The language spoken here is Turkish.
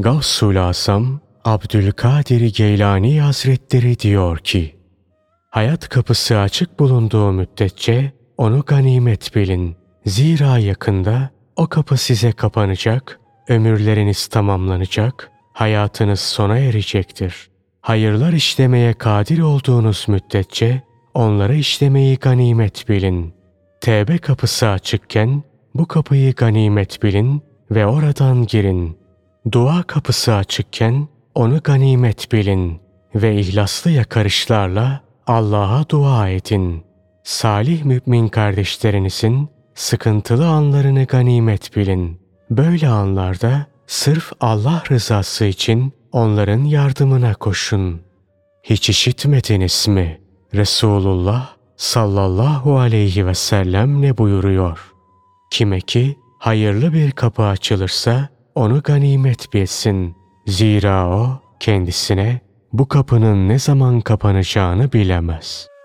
Gavsul Asam Abdülkadir Geylani Hazretleri diyor ki, hayat kapısı açık bulunduğu müddetçe onu ganimet bilin. Zira yakında o kapı size kapanacak, ömürleriniz tamamlanacak, hayatınız sona erecektir. Hayırlar işlemeye kadir olduğunuz müddetçe onları işlemeyi ganimet bilin. Tevbe kapısı açıkken bu kapıyı ganimet bilin ve oradan girin. Dua kapısı açıkken onu ganimet bilin ve ihlaslı yakarışlarla Allah'a dua edin. Salih mümin kardeşlerinizin sıkıntılı anlarını ganimet bilin. Böyle anlarda sırf Allah rızası için onların yardımına koşun. Hiç işitmediniz mi? Resulullah sallallahu aleyhi ve sellem ne buyuruyor? Kime ki hayırlı bir kapı açılırsa onu ganimet bilsin. Zira o kendisine bu kapının ne zaman kapanacağını bilemez.